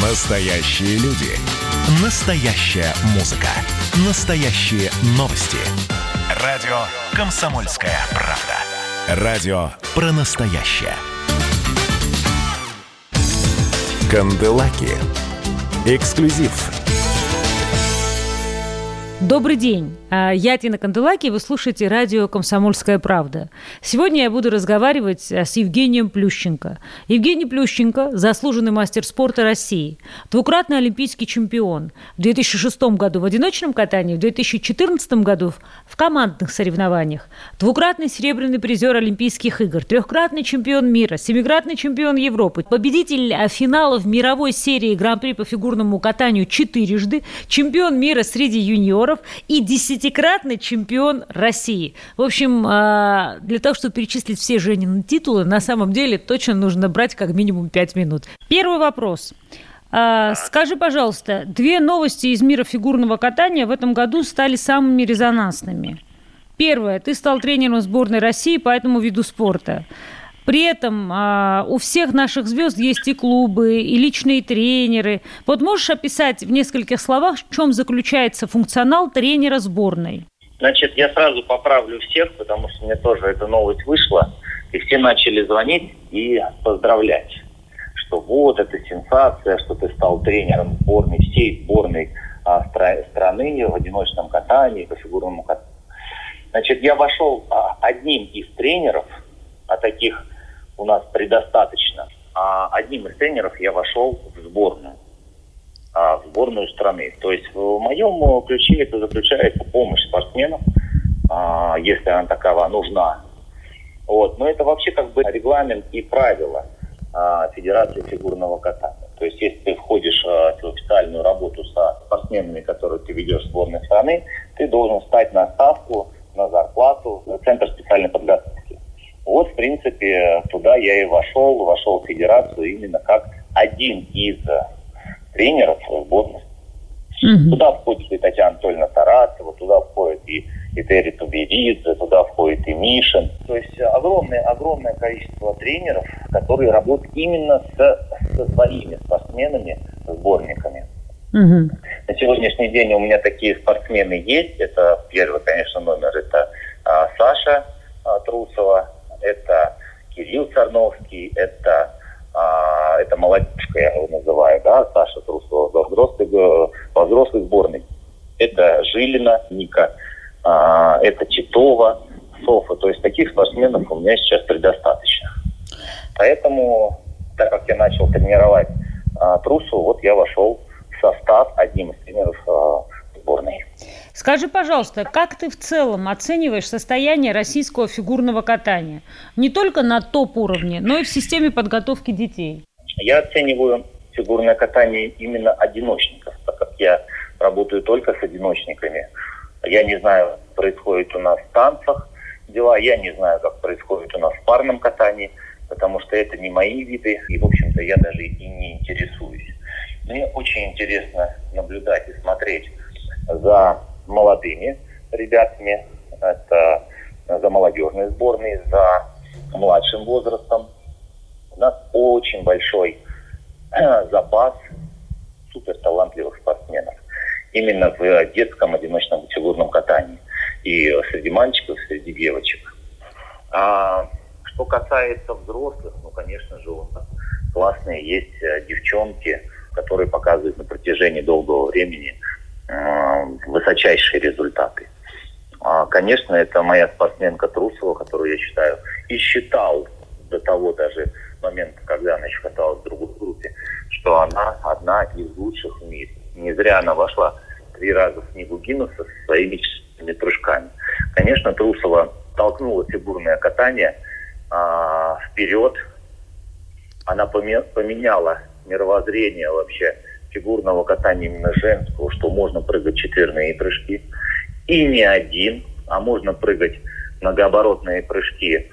Настоящие люди. Настоящая музыка. Настоящие новости. Радио «Комсомольская правда». Радио про настоящее. Канделаки. Эксклюзив. Добрый день. Я Тина Канделаки, и вы слушаете радио «Комсомольская правда». Сегодня я буду разговаривать с Евгением Плющенко. Евгений Плющенко – заслуженный мастер спорта России, двукратный олимпийский чемпион. В 2006 году в одиночном катании, в 2014 году в командных соревнованиях. Двукратный серебряный призер Олимпийских игр, трехкратный чемпион мира, семикратный чемпион Европы, победитель финалов мировой серии Гран-при по фигурному катанию четырежды, чемпион мира среди юниоров и 10-кратный чемпион России. В общем, для того, чтобы перечислить все Женины титулы, на самом деле точно нужно брать как минимум 5 минут. Первый вопрос. Скажи, пожалуйста, две новости из мира фигурного катания в этом году стали самыми резонансными. Первое. Ты стал тренером сборной России по этому виду спорта. При этом у всех наших звезд есть и клубы, и личные тренеры. Вот можешь описать в нескольких словах, в чем заключается функционал тренера сборной? Значит, я сразу поправлю всех, потому что мне тоже эта новость вышла, и все начали звонить и поздравлять, что вот, это сенсация, что ты стал тренером сборной, всей сборной страны в одиночном катании, по фигурному катанию. Значит, я вошел одним из тренеров, а таких у нас предостаточно. Одним из тренеров я вошел в сборную страны. То есть в моем ключе это заключается помощь спортсменам, если она такова нужна. Вот. Но это вообще как бы регламент и правила Федерации фигурного катания. То есть если ты входишь в официальную работу со спортсменами, которые ты ведешь в сборной страны, ты должен встать на ставку, на зарплату в Центр специальной подготовки. Вот, в принципе, туда я и вошел в федерацию именно как один из тренеров сборной. Mm-hmm. Туда входит и Татьяна Анатольевна Тарасова, туда входит и Терри Туберидзе, туда входит и Мишин. То есть огромное количество тренеров, которые работают именно со своими спортсменами, сборниками. Mm-hmm. На сегодняшний день у меня такие спортсмены есть. Это первый, конечно, номер, это Саша Трусова, это Кирилл Сарновский, это молодежка, я его называю, да, Саша Трусова, во взрослой сборной. Это Жилина Ника, это Титова, Софа. То есть таких спортсменов у меня сейчас предостаточно. Поэтому, так как я начал тренировать Трусову, вот я вошел в состав одним из тренеров сборной. Скажи, пожалуйста, как ты в целом оцениваешь состояние российского фигурного катания? Не только на топ-уровне, но и в системе подготовки детей. Я оцениваю фигурное катание именно одиночников, так как я работаю только с одиночниками. Я не знаю, как происходит у нас в танцах дела, я не знаю, как происходит у нас в парном катании, потому что это не мои виды, и, в общем-то, я даже и не интересуюсь. Мне очень интересно наблюдать и смотреть за молодыми ребятами, это за молодежной сборной, за младшим возрастом. У нас очень большой запас суперталантливых спортсменов именно в детском одиночном фигурном катании. И среди мальчиков, и среди девочек. А что касается взрослых, ну, конечно же, у нас классные есть девчонки, которые показывают на протяжении долгого времени высочайшие результаты. Конечно, это моя спортсменка Трусова, которую я считаю и считал до того даже момента, когда она еще каталась в другой группе, что она одна из лучших в мире. Не зря она вошла 3 раза в книгу Гиннесса со своими чистыми прыжками. Конечно, Трусова толкнула фигурное катание вперед. Она поменяла мировоззрение вообще фигурного катания именно женского, что можно прыгать четверные прыжки. И не один, а можно прыгать многооборотные прыжки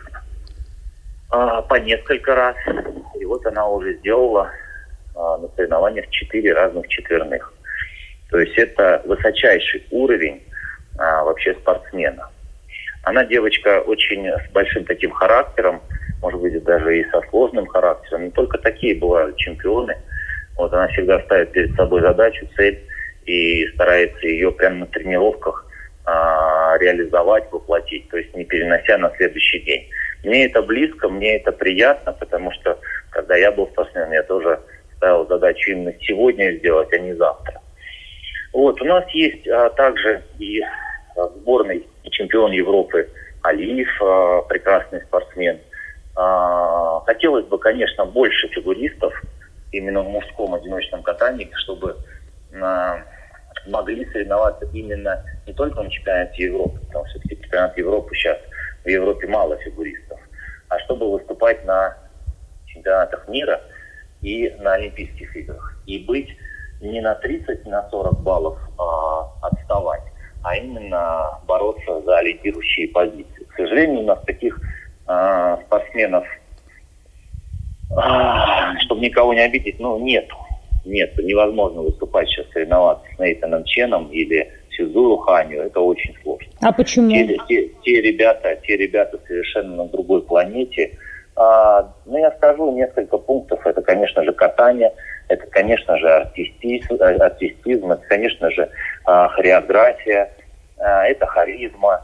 по несколько раз. И вот она уже сделала на соревнованиях 4 разных четверных. То есть это высочайший уровень вообще спортсмена. Она девочка очень с большим таким характером, может быть, даже и со сложным характером. Не только такие бывают чемпионы, Вот она всегда ставит перед собой задачу, цель и старается ее прямо на тренировках реализовать, воплотить, то есть не перенося на следующий день. Мне это близко, мне это приятно, потому что когда я был спортсменом, я тоже ставил задачу именно сегодня сделать, а не завтра. Вот, у нас есть также и сборный чемпион Европы Алиев, прекрасный спортсмен. Хотелось бы, конечно, больше фигуристов именно в мужском одиночном катании, чтобы могли соревноваться именно не только на чемпионате Европы, потому что чемпионат Европы сейчас в Европе мало фигуристов, а чтобы выступать на чемпионатах мира и на Олимпийских играх. И быть не на 30, не на 40 баллов отставать, а именно бороться за лидирующие позиции. К сожалению, у нас таких спортсменов, чтобы никого не обидеть, нету. Невозможно выступать сейчас, соревноваться с Нейтаном Ченом или Сюзуру Ханью. Это очень сложно. А почему? Те ребята совершенно на другой планете. Я скажу несколько пунктов. Это, конечно же, катание. Это, конечно же, артистизм. Это, конечно же, хореография. Это харизма.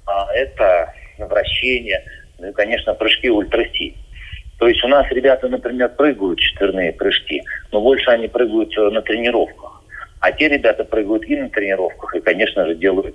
Это вращение. Ну и, конечно, прыжки ультра-си. То есть у нас ребята, например, прыгают четверные прыжки, но больше они прыгают на тренировках. А те ребята прыгают и на тренировках, и, конечно же, делают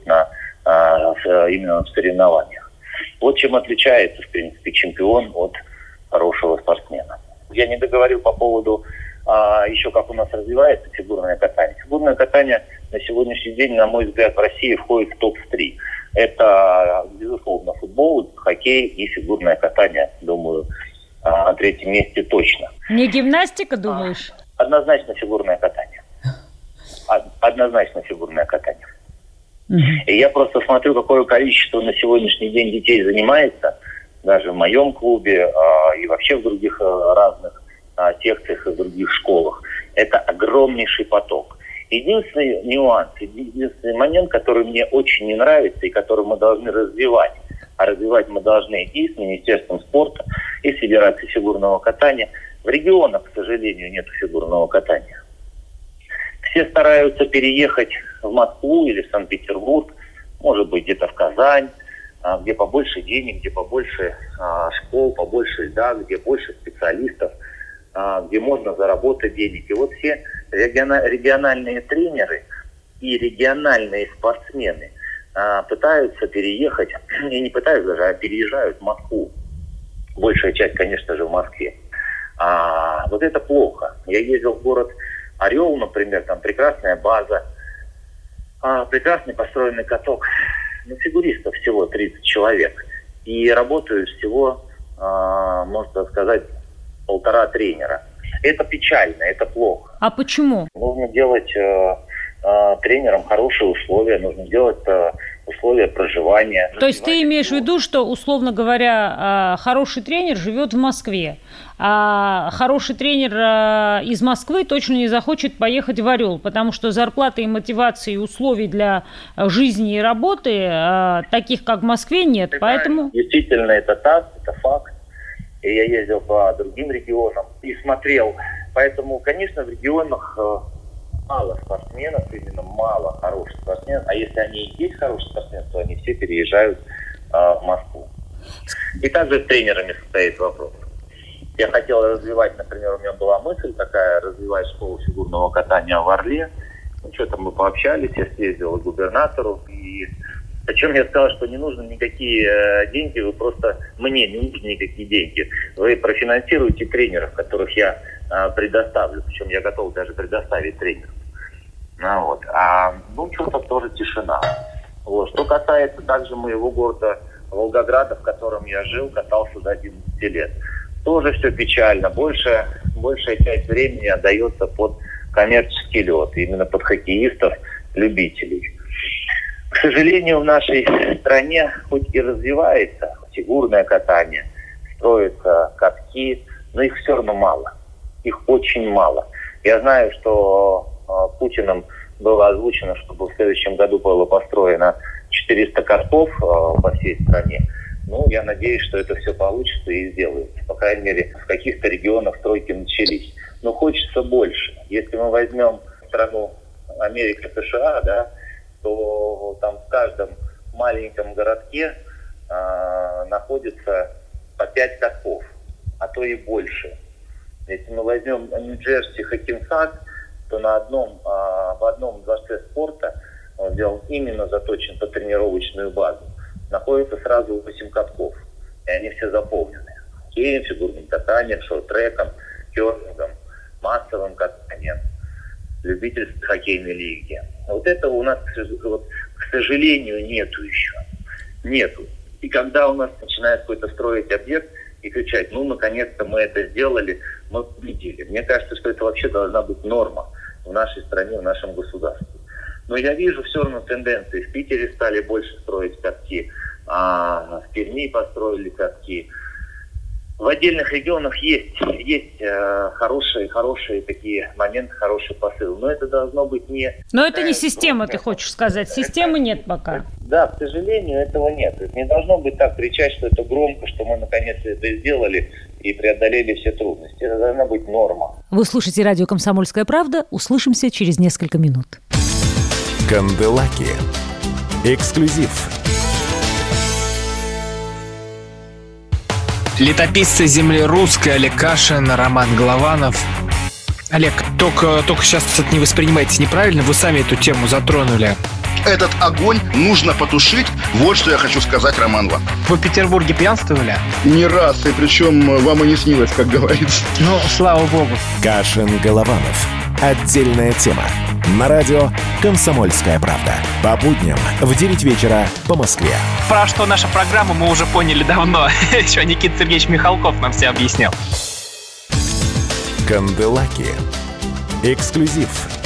именно в соревнованиях. Вот чем отличается, в принципе, чемпион от хорошего спортсмена. Я не договорил по поводу еще как у нас развивается фигурное катание. Фигурное катание на сегодняшний день, на мой взгляд, в России входит в топ-3. Это, безусловно, футбол, хоккей и фигурное катание, думаю, на третьем месте точно. Не гимнастика, думаешь? Однозначно фигурное катание. Однозначно фигурное катание. И я просто смотрю, какое количество на сегодняшний день детей занимается, даже в моем клубе и вообще в других разных секциях и в других школах. Это огромнейший поток. Единственный нюанс, единственный момент, который мне очень не нравится и который мы должны развивать, а развивать мы должны и с Министерством спорта, и с Федерацией фигурного катания. В регионах, к сожалению, нет фигурного катания. Все стараются переехать в Москву или в Санкт-Петербург, может быть, где-то в Казань, где побольше денег, где побольше школ, побольше льда, где больше специалистов, где можно заработать денег. И вот все региональные тренеры и региональные спортсмены пытаются переехать, и не пытаются даже, а переезжают в Москву. Большая часть, конечно же, в Москве. Вот это плохо. Я ездил в город Орел, например, там прекрасная база, прекрасный построенный каток. Фигуристов всего 30 человек. И работают всего, можно сказать, 1,5 тренера. Это печально, это плохо. А почему? Нужно делать тренерам хорошие условия, нужно делать условия проживания. То есть ты имеешь в виду, что, условно говоря, хороший тренер живет в Москве, а хороший тренер из Москвы точно не захочет поехать в Орел, потому что зарплаты и мотивации и условий для жизни и работы таких, как в Москве, нет. Поэтому... Действительно, это так, это факт. И я ездил по другим регионам и смотрел. Поэтому, конечно, в регионах мало спортсменов, именно мало хороших спортсменов. А если они и есть хорошие спортсмены, то они все переезжают в Москву. И также с тренерами стоит вопрос. Я хотел развивать, например, у меня была мысль такая, развивать школу фигурного катания в Орле. Что-то мы пообщались, я съездил к губернатору. И причем я сказал, что не нужны никакие деньги, мне не нужны никакие деньги. Вы профинансируете тренеров, которых я предоставлю. Причем я готов даже предоставить тренеров. Что-то тоже тишина. Что касается также моего города Волгограда, в котором я жил, катался до 11 лет. Тоже все печально. Большая часть времени отдается под коммерческий лед, именно под хоккеистов, любителей. К сожалению, в нашей стране хоть и развивается фигурное катание, строятся катки, но их все равно мало. Их очень мало. Я знаю, что Путиным было озвучено, чтобы в следующем году было построено 400 катков по всей стране. Я надеюсь, что это все получится и сделается. По крайней мере, в каких-то регионах стройки начались. Но хочется больше. Если мы возьмем страну Америка, США, да, то там в каждом маленьком городке находится по 5 катков, а то и больше. Если мы возьмем Нью-Джерси, Хакинсак, то в одном дворце спорта, где он именно заточен под тренировочную базу, находится сразу 8 катков. И они все заполнены. Хоккеем, фигурным катанием, шорт-треком, керлингом, массовым катанием, любительской хоккейной лиги. Вот этого у нас, к сожалению, нету еще. Нету. И когда у нас начинает какой-то строить объект и кричать, наконец-то мы это сделали, мы победили. Мне кажется, что это вообще должна быть норма в нашей стране, в нашем государстве. Но я вижу все равно тенденции. В Питере стали больше строить катки, а в Перми построили катки. В отдельных регионах есть хорошие такие моменты, хороший посыл. Но это должно быть не... Но это не система, ты хочешь сказать. Системы нет пока. Да, к сожалению, этого нет. Это не должно быть так кричать, что это громко, что мы наконец-то это сделали и преодолели все трудности. Это должна быть норма. Вы слушаете радио «Комсомольская правда». Услышимся через несколько минут. Канделаки. Эксклюзив. Летописцы земли русской Олег Кашин, Роман Голованов. Олег, только сейчас это не воспринимайте неправильно, вы сами эту тему затронули. Этот огонь нужно потушить. Вот что я хочу сказать, Роман вам. Вы в Петербурге пьянствовали? Не раз, и причем вам и не снилось, как говорится. Ну, слава богу. Кашин-Голованов. Отдельная тема. На радио «Комсомольская правда». По будням в 9 вечера по Москве. Про что наша программа мы уже поняли давно. Еще Никита Сергеевич Михалков нам все объяснял. Канделаки. Эксклюзив.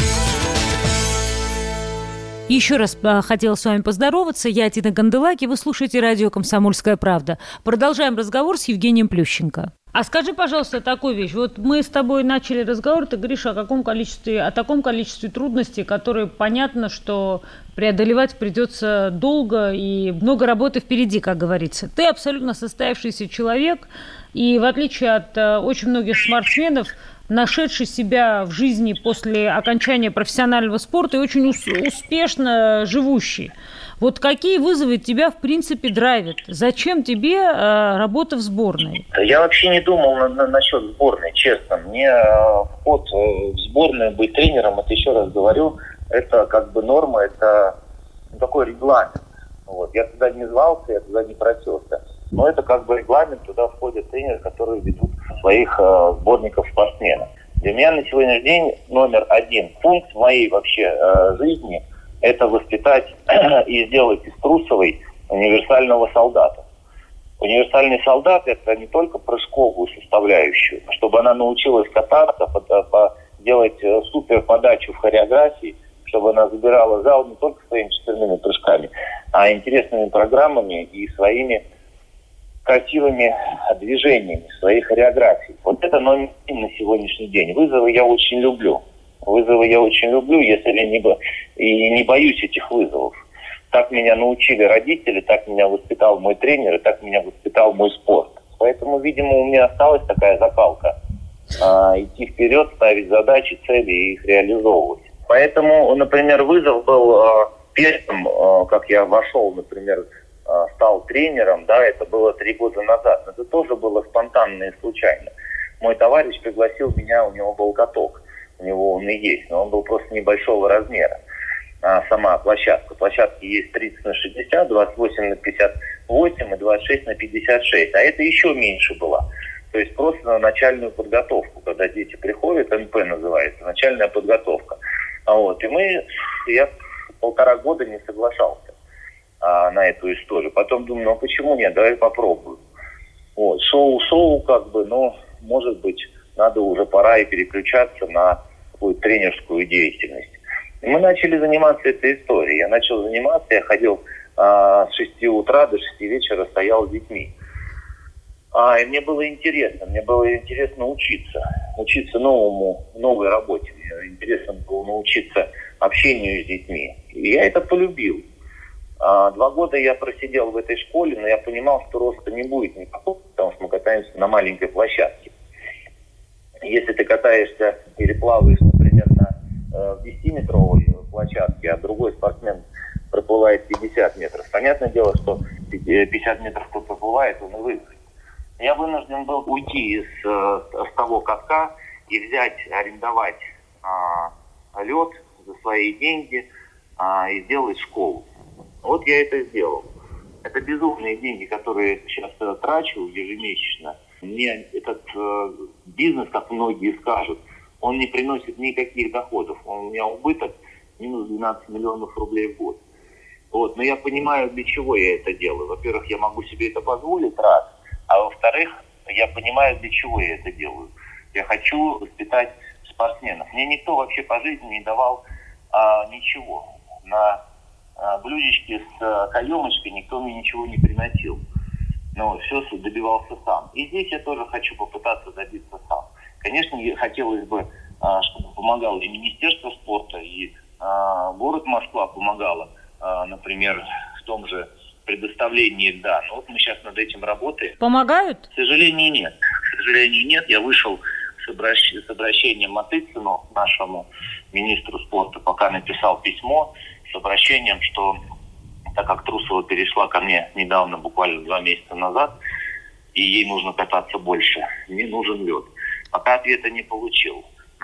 Еще раз хотела с вами поздороваться. Я Тина Канделаки. Вы слушаете радио «Комсомольская правда». Продолжаем разговор с Евгением Плющенко. А скажи, пожалуйста, такую вещь. Вот мы с тобой начали разговор, ты говоришь о таком количестве трудностей, которые понятно, что преодолевать придется долго и много работы впереди, как говорится. Ты абсолютно состоявшийся человек, и в отличие от очень многих спортсменов, нашедший себя в жизни после окончания профессионального спорта и очень успешно живущий. Вот какие вызовы тебя, в принципе, драйвят? Зачем тебе работа в сборной? Я вообще не думал насчет сборной, честно. Мне вход в сборную, быть тренером, это еще раз говорю, это как бы норма, это такой регламент. Вот. Я туда не звался, я туда не просился. Но это как бы регламент, туда входят тренеры, которые ведут своих сборников спортсменов. Для меня на сегодняшний день номер один пункт в моей вообще жизни – это воспитать и сделать из Трусовой универсального солдата. Универсальный солдат – это не только прыжковую составляющую, чтобы она научилась кататься, делать супер подачу в хореографии, чтобы она забирала зал не только своими четверными прыжками, а интересными программами и своими красивыми движениями, своей хореографией. Вот это номер один на сегодняшний день. Вызовы я очень люблю. Если не боюсь этих вызовов. Так меня научили родители, так меня воспитал мой тренер, и так меня воспитал мой спорт. Поэтому, видимо, у меня осталась такая закалка. Идти вперед, ставить задачи, цели и их реализовывать. Поэтому, например, вызов был первым, как я вошел, например, стал тренером, да, это было 3 года назад. Это тоже было спонтанно и случайно. Мой товарищ пригласил меня, у него был каток. У него он и есть, но он был просто небольшого размера. Сама площадка. Площадки есть 30/60, 28/58 и 26/56. А это еще меньше была. То есть просто на начальную подготовку. Когда дети приходят, НП называется, начальная подготовка. Вот. И я 1,5 года не соглашался на эту историю. Потом думаю, почему нет, давай попробую. Вот. Шоу как бы, может быть, надо уже пора и переключаться на какую-то тренерскую деятельность. И мы начали заниматься этой историей. Я начал заниматься, я ходил с 6 утра до 6 вечера, стоял с детьми. И мне было интересно учиться новой работе. Мне интересно было научиться общению с детьми. И я это полюбил. 2 года я просидел в этой школе, но я понимал, что роста не будет никакого, потому что мы катаемся на маленькой площадке. Если ты катаешься или плаваешь, например, в 10-метровой площадке, а другой спортсмен проплывает 50 метров. Понятное дело, что 50 метров кто проплывает, он и выиграет. Я вынужден был уйти с того катка и арендовать лед за свои деньги и сделать школу. Вот я это сделал. Это безумные деньги, которые сейчас трачу ежемесячно. Мне этот бизнес, как многие скажут, он не приносит никаких доходов. У меня убыток минус 12 миллионов рублей в год. Вот. Но я понимаю, для чего я это делаю. Во-первых, я могу себе это позволить, раз. А во-вторых, я понимаю, для чего я это делаю. Я хочу воспитать спортсменов. Мне никто вообще по жизни не давал ничего. На блюдечке с каемочкой никто мне ничего не приносил. Но все добивался сам. И здесь я тоже хочу попытаться добиться сам. Конечно, хотелось бы, чтобы помогало и Министерство спорта, и город Москва помогала, например, в том же предоставлении льда. Но вот мы сейчас над этим работаем. Помогают? К сожалению, нет. К сожалению, нет. Я вышел с обращением Матыцыну, нашему министру спорта, пока написал письмо с обращением, что так как Трусова перешла ко мне недавно, буквально 2 месяца назад, и ей нужно кататься больше, мне нужен лед. Пока ответа не получил.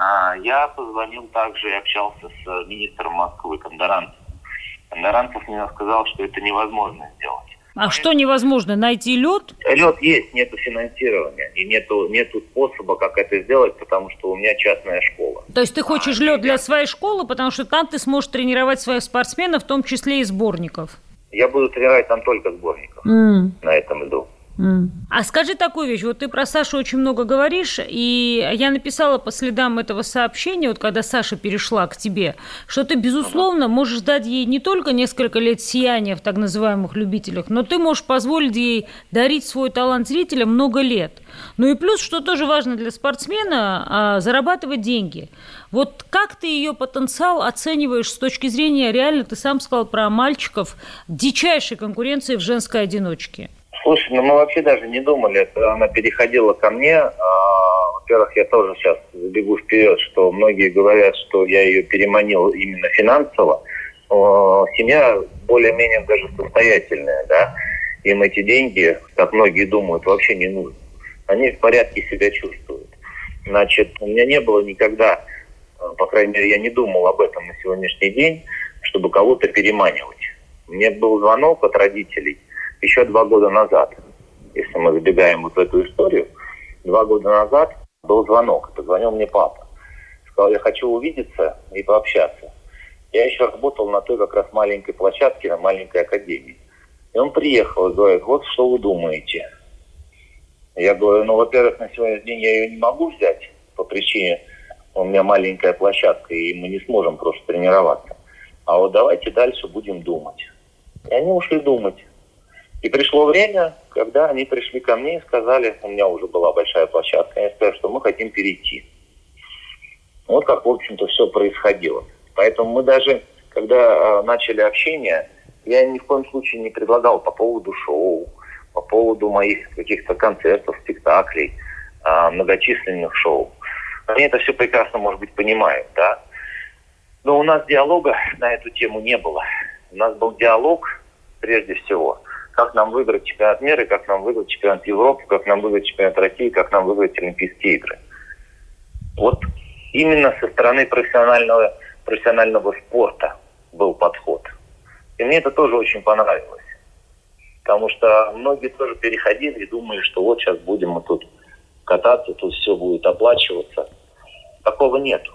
Я позвонил также и общался с министром Москвы Кондорантовым. Кондорантов мне сказал, что это невозможно сделать. А что невозможно? Найти лед? Лед есть, нету финансирования. И нету способа, как это сделать, потому что у меня частная школа. То есть ты хочешь лед для своей школы, потому что там ты сможешь тренировать своих спортсменов, в том числе и сборников? Я буду тренировать там только сборников на этом льду. А скажи такую вещь, вот ты про Сашу очень много говоришь, и я написала по следам этого сообщения, вот когда Саша перешла к тебе, что ты, безусловно, можешь дать ей не только несколько лет сияния в так называемых любителях, но ты можешь позволить ей дарить свой талант зрителям много лет. Ну и плюс, что тоже важно для спортсмена, зарабатывать деньги. Вот как ты ее потенциал оцениваешь с точки зрения, реально, ты сам сказал про мальчиков, дичайшей конкуренции в женской одиночке? Слушай, мы вообще даже не думали, она переходила ко мне. Во-первых, я тоже сейчас забегу вперед, что многие говорят, что я ее переманил именно финансово. Семья более-менее даже состоятельная, да. Им эти деньги, как многие думают, вообще не нужны. Они в порядке себя чувствуют. Значит, у меня не было никогда, по крайней мере, я не думал об этом на сегодняшний день, чтобы кого-то переманивать. Мне был звонок от родителей еще 2 года назад. Если мы забегаем вот в эту историю, 2 года назад был звонок. Позвонил мне папа. Сказал, я хочу увидеться и пообщаться. Я еще работал на той как раз маленькой площадке, на маленькой академии. И он приехал и говорит, вот что вы думаете. Я говорю, во-первых, на сегодняшний день я ее не могу взять по причине, у меня маленькая площадка, и мы не сможем просто тренироваться. А вот давайте дальше будем думать. И они ушли думать. И пришло время, когда они пришли ко мне и сказали, у меня уже была большая площадка, они сказали, что мы хотим перейти. Вот как, в общем-то, все происходило. Поэтому мы даже, когда начали общение, я ни в коем случае не предлагал по поводу шоу, по поводу моих каких-то концертов, спектаклей, многочисленных шоу. Они это все прекрасно, может быть, понимают, да. Но у нас диалога на эту тему не было. У нас был диалог, прежде всего, как нам выиграть чемпионат мира, как нам выиграть чемпионат Европы, как нам выиграть чемпионат России, как нам выиграть Олимпийские игры. Вот именно со стороны профессионального спорта был подход. И мне это тоже очень понравилось. Потому что многие тоже переходили и думали, что вот сейчас будем мы тут кататься, тут все будет оплачиваться. Такого нету.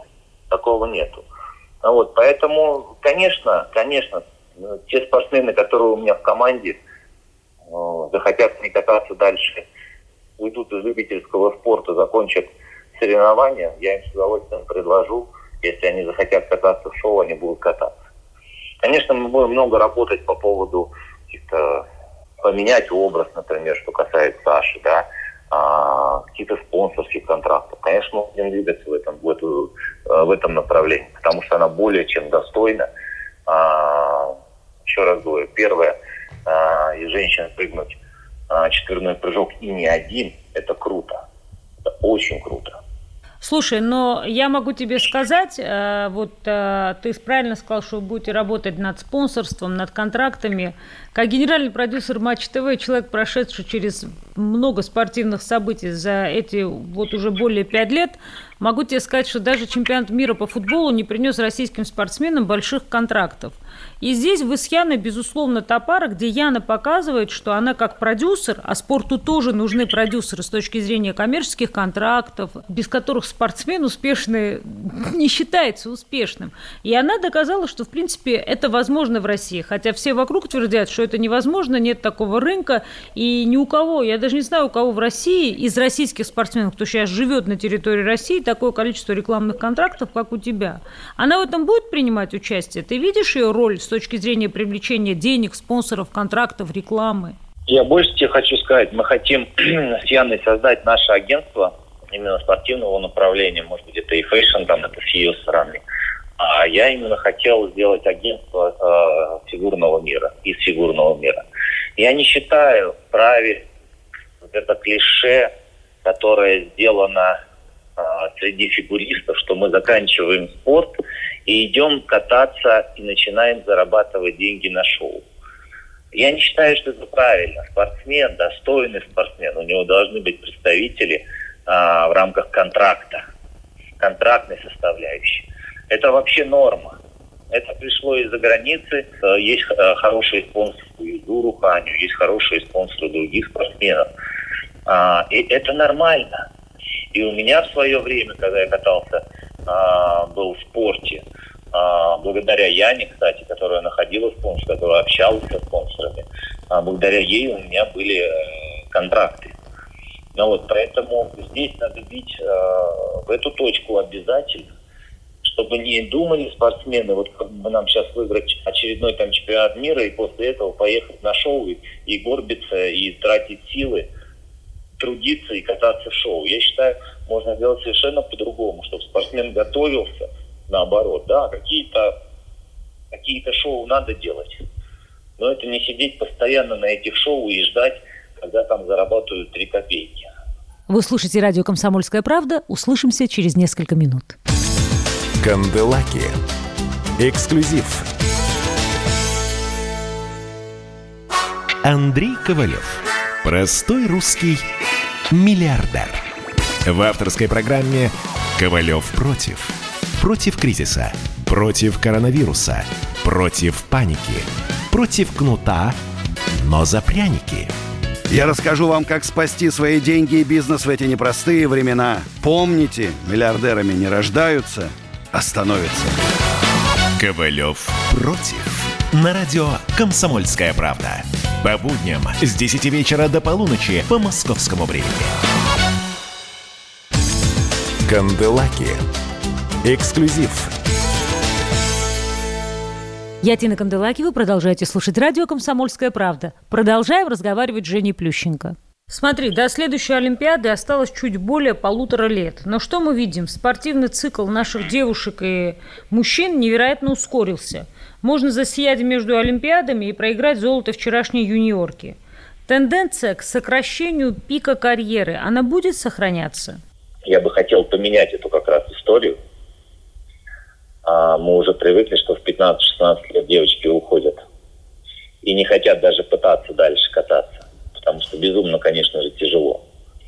Вот, поэтому, конечно, те спортсмены, которые у меня в команде, захотят не кататься дальше, уйдут из любительского спорта, закончат соревнования, я им с удовольствием предложу, если они захотят кататься в шоу, они будут кататься. Конечно, мы будем много работать по поводу каких-то поменять образ, например, что касается Саши, да, каких-то спонсорских контрактов. Конечно, мы будем двигаться в этом направлении, потому что она более чем достойна. Еще раз говорю, первое, из женщин прыгнуть четверной прыжок и не один, это круто. Это очень круто. Слушай, но я могу тебе сказать, ты правильно сказал, что вы будете работать над спонсорством, над контрактами. Как генеральный продюсер Матч ТВ, человек, прошедший через много спортивных событий за эти уже более 5 лет, могу тебе сказать, что даже чемпионат мира по футболу не принес российским спортсменам больших контрактов. И здесь вы с Яной, безусловно, та пара, где Яна показывает, что она как продюсер, а спорту тоже нужны продюсеры с точки зрения коммерческих контрактов, без которых спортсмен успешный не считается успешным. И она доказала, что, в принципе, это возможно в России. Хотя все вокруг твердят, что это невозможно, нет такого рынка. И ни у кого, я даже не знаю, у кого в России, из российских спортсменов, кто сейчас живет на территории России, такое количество рекламных контрактов, как у тебя. Она в этом будет принимать участие? Ты видишь ее роль с точки зрения привлечения денег, спонсоров, контрактов, рекламы? Я больше тебе хочу сказать. Мы хотим с Яной создать наше агентство именно спортивного направления. Может быть, это и фэшн, это с ее стороны. А я именно хотел сделать агентство фигурного мира, из фигурного мира. Я не считаю правильным это клише, которое сделано среди фигуристов, что мы заканчиваем спорт и идем кататься и начинаем зарабатывать деньги на шоу. Я не считаю, что это правильно. Спортсмен, достойный спортсмен, у него должны быть представители в рамках контракта, контрактной составляющей. Это вообще норма. Это пришло из-за границы. Есть хорошие спонсоры у Юзуру Ханю, есть хорошие спонсоры других спортсменов. И это нормально. И у меня в свое время, когда я катался, был в спорте, благодаря Яне, кстати, которая находила спонсора, которая общалась со спонсорами, благодаря ей у меня были контракты. Поэтому здесь надо бить в эту точку обязательно, чтобы не думали спортсмены, как бы нам сейчас выиграть очередной чемпионат мира и после этого поехать на шоу и горбиться, и тратить силы, трудиться и кататься в шоу. Я считаю, можно сделать совершенно по-другому, чтобы спортсмен готовился, наоборот. Да, какие-то шоу надо делать, но это не сидеть постоянно на этих шоу и ждать, когда там заработают 3 копейки. Вы слушаете радио «Комсомольская правда». Услышимся через несколько минут. Канделаки. Эксклюзив. Андрей Ковалев. Простой русский миллиардер. В авторской программе «Ковалев против». Против кризиса, против коронавируса, против паники, против кнута, но за пряники. Я расскажу вам, как спасти свои деньги и бизнес в эти непростые времена. Помните, миллиардерами не рождаются, а становятся. Ковалев против. На радио «Комсомольская правда». По будням с 10 вечера до полуночи по московскому времени. Канделаки. Эксклюзив. Я Тина Канделаки, вы продолжаете слушать радио «Комсомольская правда». Продолжаем разговаривать с Женей Плющенко. Смотри, до следующей Олимпиады осталось чуть более 1,5 лет. Но что мы видим? Спортивный цикл наших девушек и мужчин невероятно ускорился. Можно засиять между Олимпиадами и проиграть золото вчерашней юниорки. Тенденция к сокращению пика карьеры, она будет сохраняться? Я бы хотел поменять эту как раз историю. Мы уже привыкли, что в 15-16 лет девочки уходят и не хотят даже пытаться дальше кататься, потому что безумно, конечно же, тяжело.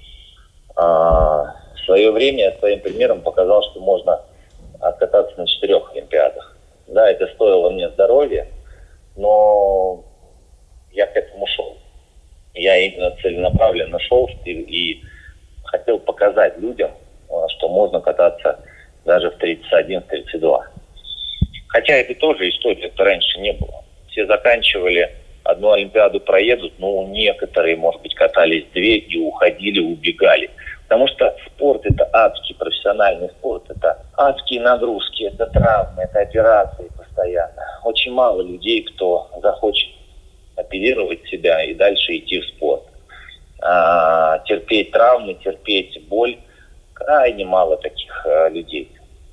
В свое время я своим примером показал, что можно откататься на 4 Олимпиадах. Да, это стоило мне здоровья, но я к этому шел. Я именно целенаправленно шел и хотел показать людям, что можно кататься даже в 31-32. Хотя это тоже история, это раньше не было. Все заканчивали, одну Олимпиаду проедут, но некоторые, может быть, катались 2 и уходили, убегали. Потому что спорт – это адский, профессиональный спорт, это адские нагрузки, это травмы, это операции постоянно. Очень мало людей, кто захочет оперировать себя и дальше идти в спорт. Терпеть травмы, терпеть боль – крайне мало таких людей.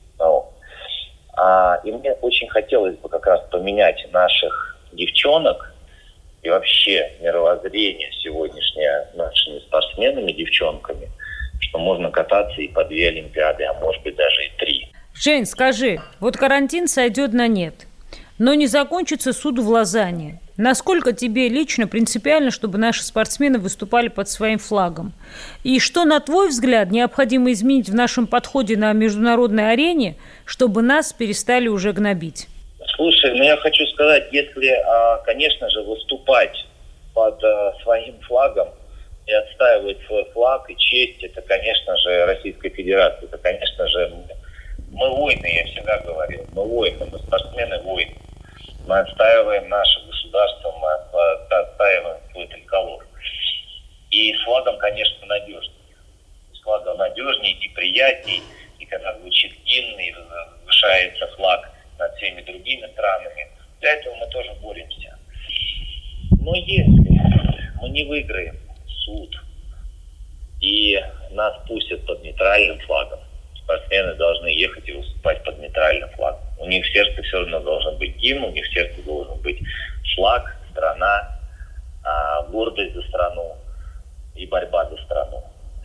И мне очень хотелось бы как раз поменять наших девчонок и вообще мировоззрение сегодняшнее нашими спортсменами, девчонками, что что можно кататься и по 2 Олимпиады, а может быть даже и 3. Жень, скажи, вот карантин сойдет на нет, но не закончится суд в Лозанне. Насколько тебе лично принципиально, чтобы наши спортсмены выступали под своим флагом? И что, на твой взгляд, необходимо изменить в нашем подходе на международной арене, чтобы нас перестали уже гнобить? Слушай, я хочу сказать, если, конечно же, выступать под своим флагом и отстаивать свой флаг и честь, это, конечно же, Российская Федерация, это, конечно же, мы воины, я всегда говорил, мы воины, мы спортсмены воины. Мы отстаиваем наше государство, мы отстаиваем свой триколор. И с флагом, конечно, надежнее. С флагом надежнее и приятнее, и когда звучит гимн, и возвышается флаг над всеми другими странами. Для этого мы тоже боремся. Но если мы не выиграем суд, и нас пустят под нейтральным флагом, спортсмены должны ехать и выступать под нейтральным флагом. У них в сердце все равно должен быть гимн, у них в сердце должен быть флаг, страна, гордость за страну и борьба за страну.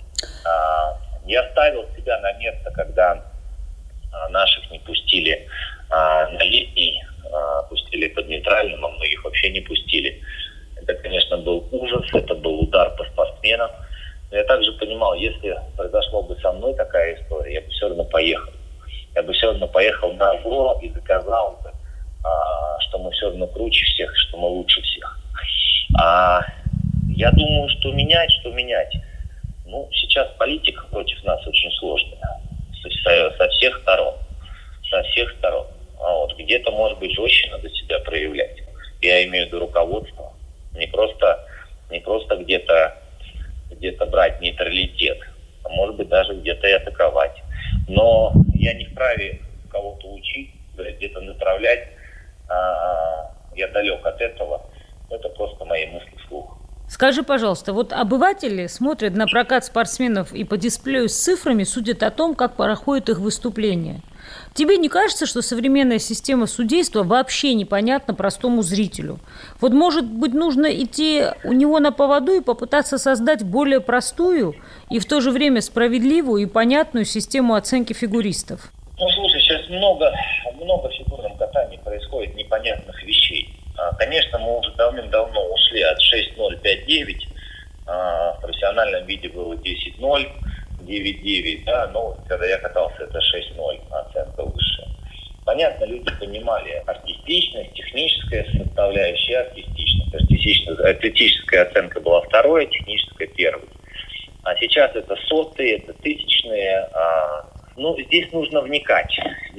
Я ставил себя на место, когда наших не пустили на летний, пустили под нейтральным, а многих вообще не пустили. Это, конечно, был ужас, это был удар по спортсменам. Но я также понимал, если произошла бы со мной такая история, я бы все равно поехал. Я бы все равно поехал на зло и доказал бы, что мы все равно круче всех, что мы лучше всех. Я думаю, что менять. Сейчас политика против нас очень сложная. Со всех сторон. Со всех сторон. Где-то, может быть, жестче надо себя проявлять. Я имею в виду руководство. Не просто где-то брать нейтралитет, а может быть даже где-то и атаковать. Но я не вправе кого-то учить, где-то направлять. Я далек от этого. Это просто мои мысли вслух. Скажи, пожалуйста, вот обыватели смотрят на прокат спортсменов и по дисплею с цифрами судят о том, как проходит их выступление. Тебе не кажется, что современная система судейства вообще непонятна простому зрителю? Вот, может быть, нужно идти у него на поводу и попытаться создать более простую и в то же время справедливую и понятную систему оценки фигуристов? Слушай, сейчас много в фигурном катании происходит непонятных вещей. Конечно, мы уже давным-давно ушли от 6-0, 5-9. В профессиональном виде было 10-0. 9-9, да, но когда я катался, это 6-0, оценка высшая. Понятно, люди понимали артистичность, техническая составляющая, артистическая оценка была второй, техническая первой. А сейчас это сотые, это тысячные. Здесь нужно вникать.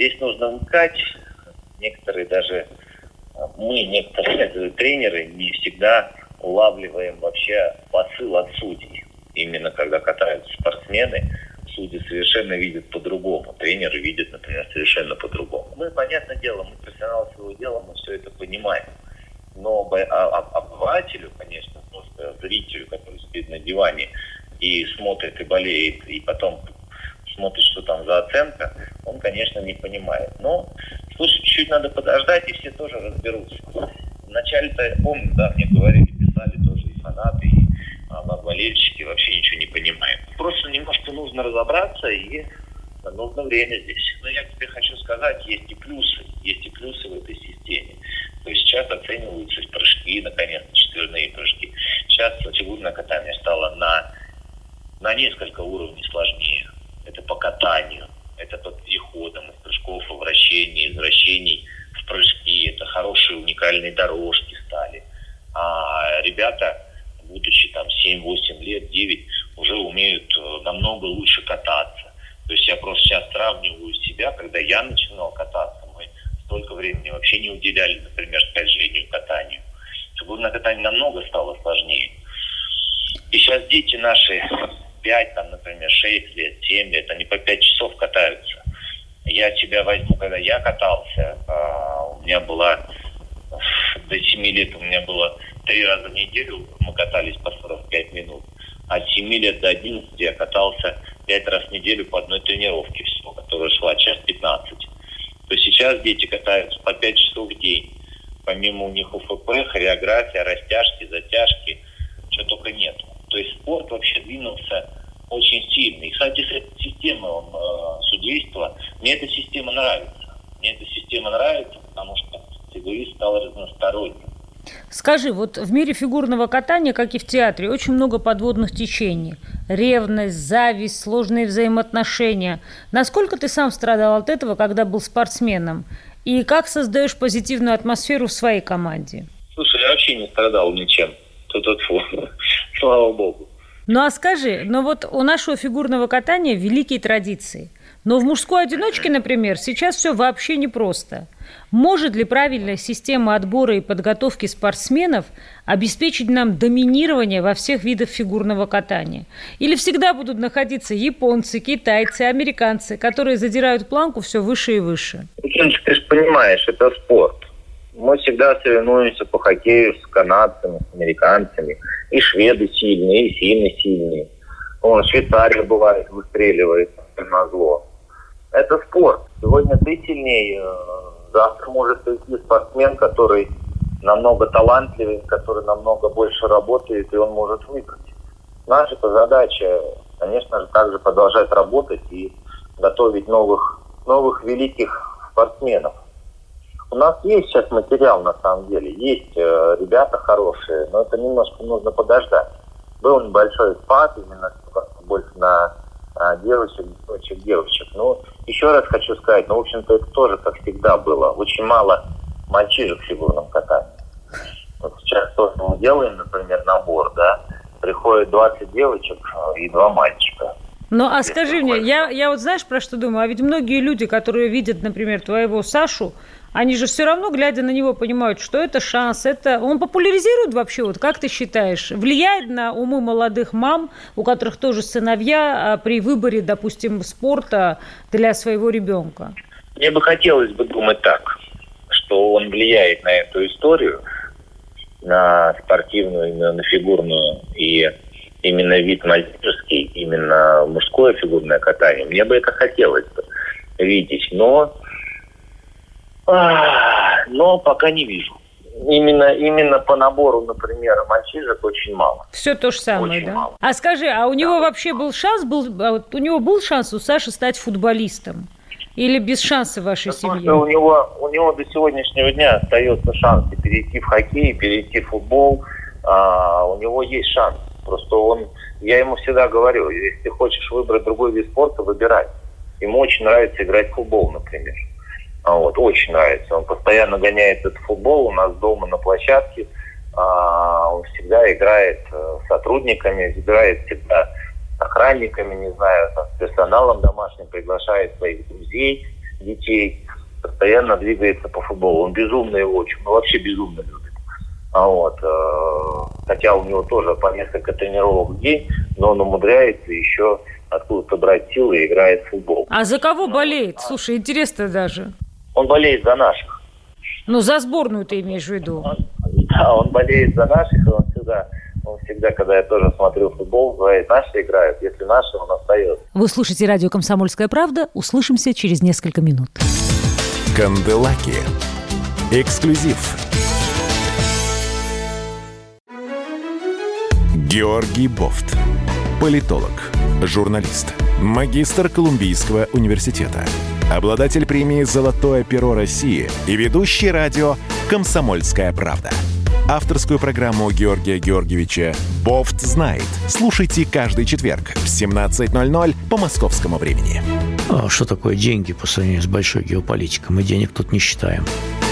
Некоторые даже, некоторые тренеры не всегда улавливаем вообще посыл от судей. Именно когда катаются спортсмены, судьи совершенно видят по-другому. Тренеры видят, например, совершенно по-другому. Мы, понятное дело, мы профессионалы своего дела, мы все это понимаем. Но обывателю, конечно, просто зрителю, который спит на диване и смотрит, и болеет, и потом смотрит, что там за оценка, он, конечно, не понимает. Но, слушай, чуть-чуть надо подождать, и все тоже разберутся. Вначале-то, я помню, да, мне говорили, писали тоже и фанаты, и болельщики, вообще ничего не понимаем. Просто немножко нужно разобраться, и нужно время здесь. Но я тебе хочу сказать, есть и плюсы в этой системе. То есть сейчас оцениваются прыжки, наконец-то четверные прыжки. Сейчас фигурное катание стало на несколько уровней сложнее. Это по катанию, это по переходам из прыжков и вращений, из вращений в прыжки. Это хорошие уникальные дорожки стали. А ребята, будучи 7-8 лет, 9, уже умеют намного лучше кататься. То есть я просто сейчас сравниваю себя, когда я начинал кататься, мы столько времени вообще не уделяли, например, скольжению, катанию. Фигурное катание намного стало сложнее. И сейчас дети наши 5, например, 6 лет, 7 лет, они по 5 часов катаются. Я тебя возьму, когда я катался, у меня было до 7 лет, у меня было 3 раза в неделю, мы катались по 45 минут. От 7 лет до 11 я катался 5 раз в неделю по одной тренировке всего, которая шла час 15. То сейчас дети катаются по 5 часов в день. Помимо у них УФП, хореография, растяжки, затяжки, что только нет. То есть спорт вообще двинулся очень сильный. И, кстати, с этой системой судейства, мне эта система нравится. Мне эта система нравится, потому что фигурист стал разносторонним. Скажи, вот в мире фигурного катания, как и в театре, очень много подводных течений. Ревность, зависть, сложные взаимоотношения. Насколько ты сам страдал от этого, когда был спортсменом? И как создаешь позитивную атмосферу в своей команде? Слушай, я вообще не страдал ничем. Фу. Слава богу. Ну а скажи, вот у нашего фигурного катания великие традиции. Но в мужской одиночке, например, сейчас все вообще непросто. Может ли правильная система отбора и подготовки спортсменов обеспечить нам доминирование во всех видах фигурного катания? Или всегда будут находиться японцы, китайцы, американцы, которые задирают планку все выше и выше? Ты же понимаешь, это спорт. Мы всегда соревнуемся по хоккею с канадцами, с американцами. И шведы сильные, и финны сильные. Швейцария бывает, выстреливает назло. Это спорт. Сегодня ты сильнее, завтра может прийти спортсмен, который намного талантливее, который намного больше работает, и он может выиграть. Наша задача, конечно же, также продолжать работать и готовить новых великих спортсменов. У нас есть сейчас материал, на самом деле. Есть ребята хорошие, но это немножко нужно подождать. Был небольшой спад, именно больше на девочек. Еще раз хочу сказать, в общем-то, это тоже, как всегда, было. Очень мало мальчишек в фигурном катании. Вот сейчас то, что мы делаем, например, набор, приходит 20 девочек и 2 мальчика. Ну, а скажи мне, я вот знаешь, про что думаю? А ведь многие люди, которые видят, например, твоего Сашу, они же все равно, глядя на него, понимают, что это шанс, он популяризирует вообще, вот как ты считаешь, влияет на умы молодых мам, у которых тоже сыновья, при выборе, допустим, спорта для своего ребенка? Мне бы хотелось бы думать так, что он влияет на эту историю, на спортивную, на фигурную и именно вид мальчишеский, именно мужское фигурное катание. Мне бы это хотелось бы видеть, но пока не вижу. Именно по набору, например, мальчишек очень мало. Все то же самое, очень да? Мало. А скажи, а у него вообще был шанс, у него был шанс у Саши стать футболистом? Или без шанса в вашей семье? У него до сегодняшнего дня остается шанс перейти в хоккей, перейти в футбол. У него есть шанс. Просто я ему всегда говорю, если ты хочешь выбрать другой вид спорта, выбирай. Ему очень нравится играть в футбол, например. Очень нравится. Он постоянно гоняет этот футбол у нас дома на площадке. Он всегда играет с сотрудниками, играет всегда с охранниками, не знаю, с персоналом домашним, приглашает своих друзей, детей. Постоянно двигается по футболу. Он безумно его очень, вообще безумно любит. Хотя у него тоже по несколько тренировок в день, но он умудряется еще откуда-то брать силы и играет в футбол. А за кого болеет? Слушай, интересно даже. Он болеет за наших. За сборную ты имеешь в виду? Да, он болеет за наших, и он всегда, когда я тоже смотрю футбол, говорит, наши играют, если наши, он остается. Вы слушаете радио «Комсомольская правда». Услышимся через несколько минут. Канделаки. Эксклюзив. Георгий Бофт. Политолог, журналист, магистр Колумбийского университета, обладатель премии «Золотое перо России» и ведущий радио «Комсомольская правда». Авторскую программу Георгия Георгиевича «Бофт знает». Слушайте каждый четверг в 17:00 по московскому времени. Что такое деньги по сравнению с большой геополитикой? Мы денег тут не считаем.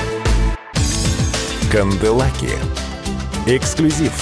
Канделаки. Эксклюзив.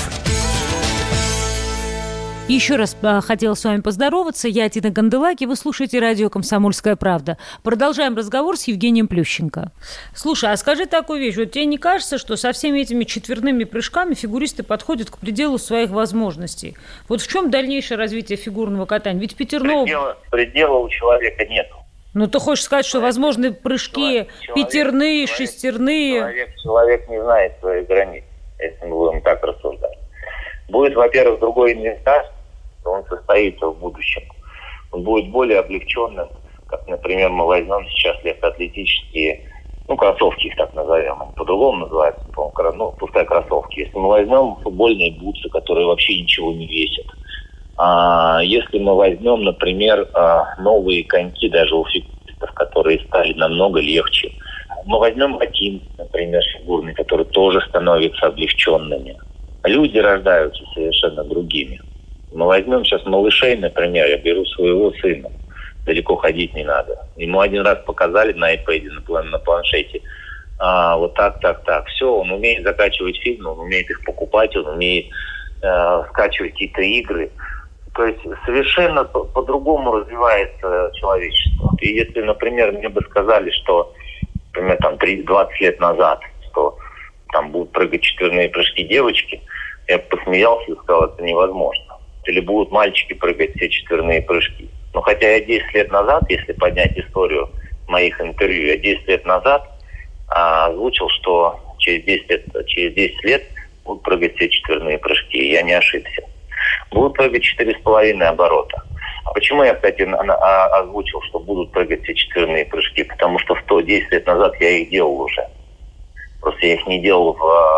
Еще раз хотела с вами поздороваться. Я Тина Канделаки. Вы слушаете радио «Комсомольская правда». Продолжаем разговор с Евгением Плющенко. Слушай, а скажи такую вещь. Вот тебе не кажется, что со всеми этими четверными прыжками фигуристы подходят к пределу своих возможностей? Вот в чем дальнейшее развитие фигурного катания? Ведь Петерного... Предела у человека нет. Ты хочешь сказать, что возможны прыжки пятерные, шестерные? Человек не знает своих границ, если мы будем так рассуждать. Будет, во-первых, другой инвентарь, он состоится в будущем. Он будет более облегченным, как, например, мы возьмем сейчас легкоатлетические, кроссовки их так назовем, они по-другому называются, пускай кроссовки. Если мы возьмем футбольные бутсы, которые вообще ничего не весят, Если мы возьмем, например, новые коньки даже у фигуристов, которые стали намного легче. Мы возьмем ботинки, например, фигурные, которые тоже становятся облегченными. Люди рождаются совершенно другими. Мы возьмем сейчас малышей, например, я беру своего сына. Далеко ходить не надо. Ему один раз показали на iPad, на планшете. Вот так. Все, он умеет закачивать фильмы, он умеет их покупать, он умеет скачивать какие-то игры. То есть совершенно по-другому развивается человечество. И если, например, мне бы сказали, что, например, там 20 лет назад, что там будут прыгать четверные прыжки девочки, я бы посмеялся и сказал, это невозможно. Или будут мальчики прыгать все четверные прыжки. Но хотя я 10 лет назад, если поднять историю моих интервью, я 10 лет назад озвучил, что через 10 лет будут прыгать все четверные прыжки. И я не ошибся. Будут прыгать 4,5 оборота. А почему я, кстати, озвучил, что будут прыгать все четверные прыжки? Потому что 10 лет назад я их делал уже. Просто я их не делал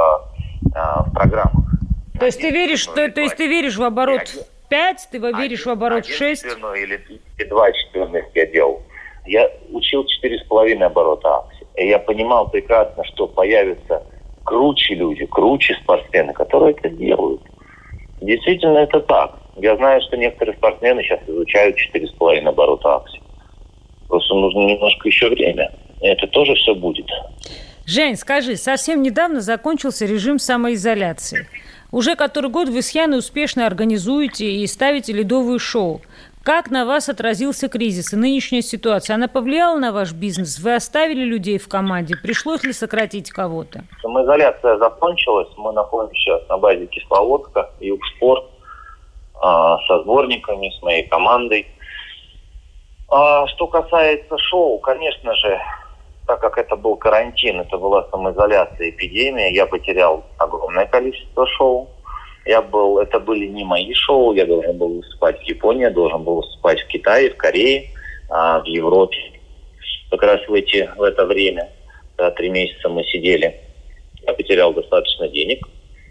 в программах. То есть ты веришь в оборот 5, ты веришь в оборот 6? Или 2 четверных я делал. Я учил 4,5 оборота акции. И я понимал прекрасно, что появятся круче люди, круче спортсмены, которые это делают. Действительно, это так. Я знаю, что некоторые спортсмены сейчас изучают 4,5 оборота акций. Просто нужно немножко еще время. И это тоже все будет. Жень, скажи, совсем недавно закончился режим самоизоляции. Уже который год вы с Яной успешно организуете и ставите ледовые шоу. Как на вас отразился кризис и нынешняя ситуация? Она повлияла на ваш бизнес? Вы оставили людей в команде? Пришлось ли сократить кого-то? Самоизоляция закончилась. Мы находимся сейчас на базе Кисловодска, Югспорт, со сборниками, с моей командой. Что касается шоу, конечно же, так как это был карантин, это была самоизоляция, эпидемия, я потерял огромное количество шоу. Это были не мои шоу, я должен был выступать в Японии, я должен был выступать в Китае, в Корее, в Европе. Как раз в это время, 3 месяца мы сидели, я потерял достаточно денег.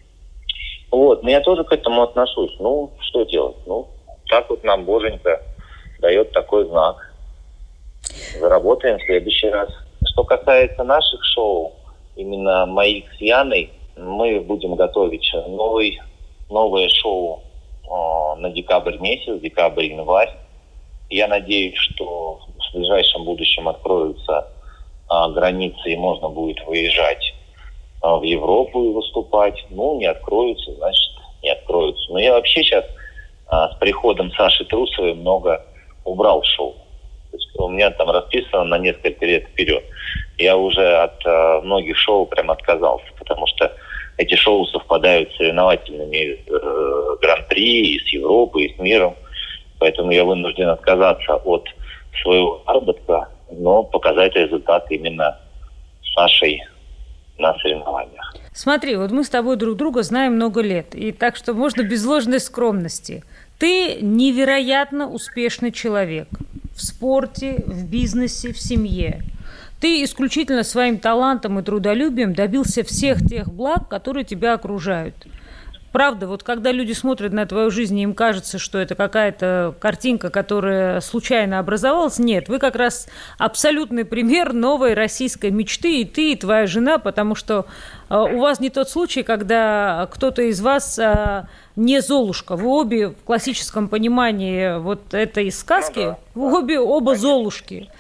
Вот, но я тоже к этому отношусь. Что делать? Так вот нам Боженька дает такой знак. Заработаем в следующий раз. Что касается наших шоу, именно моих с Яной, мы будем готовить новое шоу на декабрь месяц, декабрь-январь. Я надеюсь, что в ближайшем будущем откроются границы и можно будет выезжать в Европу и выступать. Не откроются, значит, не откроются. Но я вообще сейчас с приходом Саши Трусовой много убрал шоу. То есть у меня там расписано на несколько лет вперед. Я уже от многих шоу прям отказался, потому что эти шоу совпадают с соревновательными гран-при и с Европой, и с миром. Поэтому я вынужден отказаться от своего заработка, но показать результат именно с Сашей на соревнованиях. Смотри, вот мы с тобой друг друга знаем много лет, и так что можно без ложной скромности. Ты невероятно успешный человек в спорте, в бизнесе, в семье. Ты исключительно своим талантом и трудолюбием добился всех тех благ, которые тебя окружают. Правда, вот когда люди смотрят на твою жизнь, и им кажется, что это какая-то картинка, которая случайно образовалась. Нет, вы как раз абсолютный пример новой российской мечты, и ты, и твоя жена, потому что у вас не тот случай, когда кто-то из вас не Золушка. Вы обе в классическом понимании вот этой сказки, вы оба Золушки.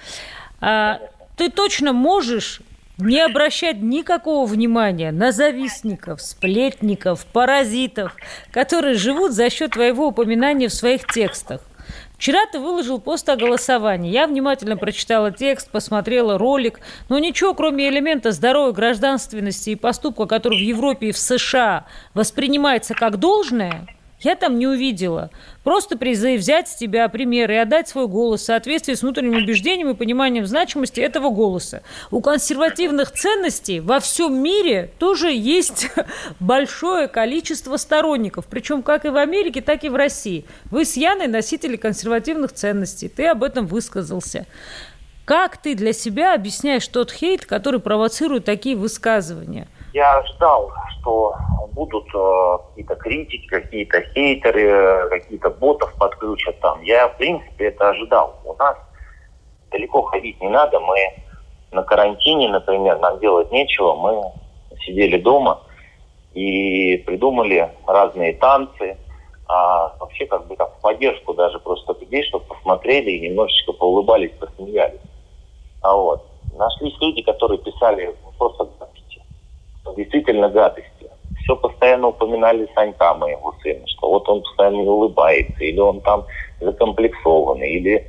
Ты точно можешь не обращать никакого внимания на завистников, сплетников, паразитов, которые живут за счет твоего упоминания в своих текстах. Вчера ты выложил пост о голосовании. Я внимательно прочитала текст, посмотрела ролик, но ничего, кроме элемента здоровой гражданственности и поступка, который в Европе и в США воспринимается как должное, я там не увидела. Просто призыв взять с тебя пример и отдать свой голос в соответствии с внутренним убеждением и пониманием значимости этого голоса. У консервативных ценностей во всем мире тоже есть большое количество сторонников. Причем как и в Америке, так и в России. Вы с Яной носители консервативных ценностей. Ты об этом высказался. Как ты для себя объясняешь тот хейт, который провоцирует такие высказывания? я ждал, что будут какие-то критики, какие-то хейтеры, какие-то ботов подключат там. Я, в принципе, это ожидал. У нас далеко ходить не надо. Мы на карантине, например, нам делать нечего. Мы сидели дома и придумали разные танцы. А вообще как бы так в поддержку даже просто людей, чтобы посмотрели и немножечко поулыбались, посмеялись. А вот. Нашлись люди, которые писали просто гадости. Действительно гадости. Все постоянно упоминали Санька, моего сына, что вот он постоянно не улыбается, или он там закомплексованный, или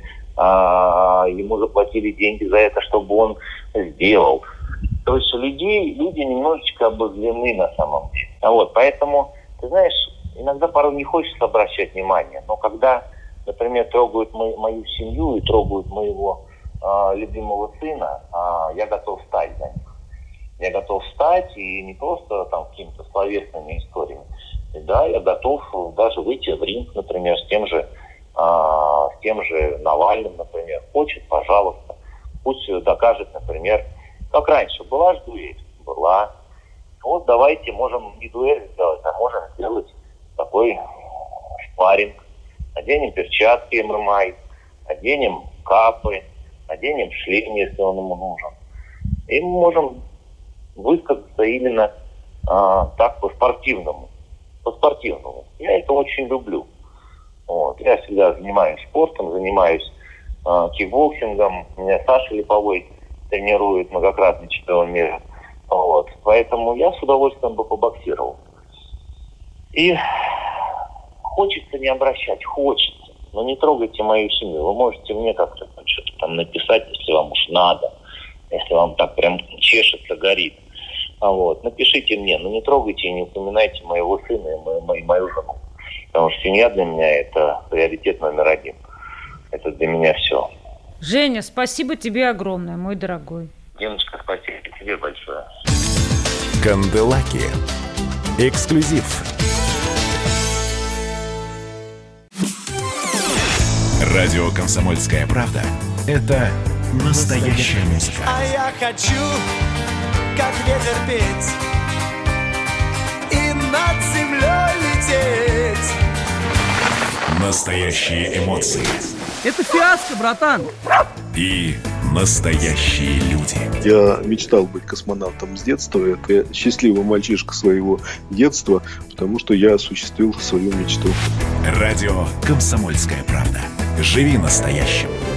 ему заплатили деньги за это, чтобы он сделал. То есть люди немножечко обозлены на самом деле. А вот, поэтому, ты знаешь, иногда порой не хочется обращать внимание, но когда, например, трогают мою семью и трогают моего любимого сына, я готов встать за них. Я готов встать и не просто там какими-то словесными историями. И да, я готов даже выйти в ринг, например, с тем же Навальным, например. Хочет, пожалуйста. Пусть докажет, например, как раньше. Была же дуэль? Была. Вот давайте, можем не дуэль сделать, а можем сделать такой спарринг. Оденем перчатки ММА, оденем капы, оденем шлем, если он ему нужен. И мы можем высказаться именно так по-спортивному. По-спортивному. Я это очень люблю. Вот. Я всегда занимаюсь спортом, занимаюсь кикбоксингом. Меня Саша Липовой тренирует, многократный чемпион мира. Вот. Поэтому я с удовольствием бы побоксировал. И хочется не обращать, хочется. Но не трогайте мою семью. Вы можете мне как-то что-то там написать, если вам уж надо. Если вам так прям чешется, горит. Вот. Напишите мне, но не трогайте и не упоминайте моего сына и мою жену. Потому что семья для меня – это приоритет номер один. Это для меня все. Женя, спасибо тебе огромное, мой дорогой. Диночка, спасибо тебе большое. Канделаки. Эксклюзив. Радио «Комсомольская правда» – это настоящая музыка. А я хочу, как ветер, петь и над землей лететь. Настоящие эмоции. Это фиаско, братан. И настоящие люди. Я мечтал быть космонавтом с детства. Это счастливый мальчишка своего детства, потому что я осуществил свою мечту. Радио «Комсомольская правда». Живи настоящим.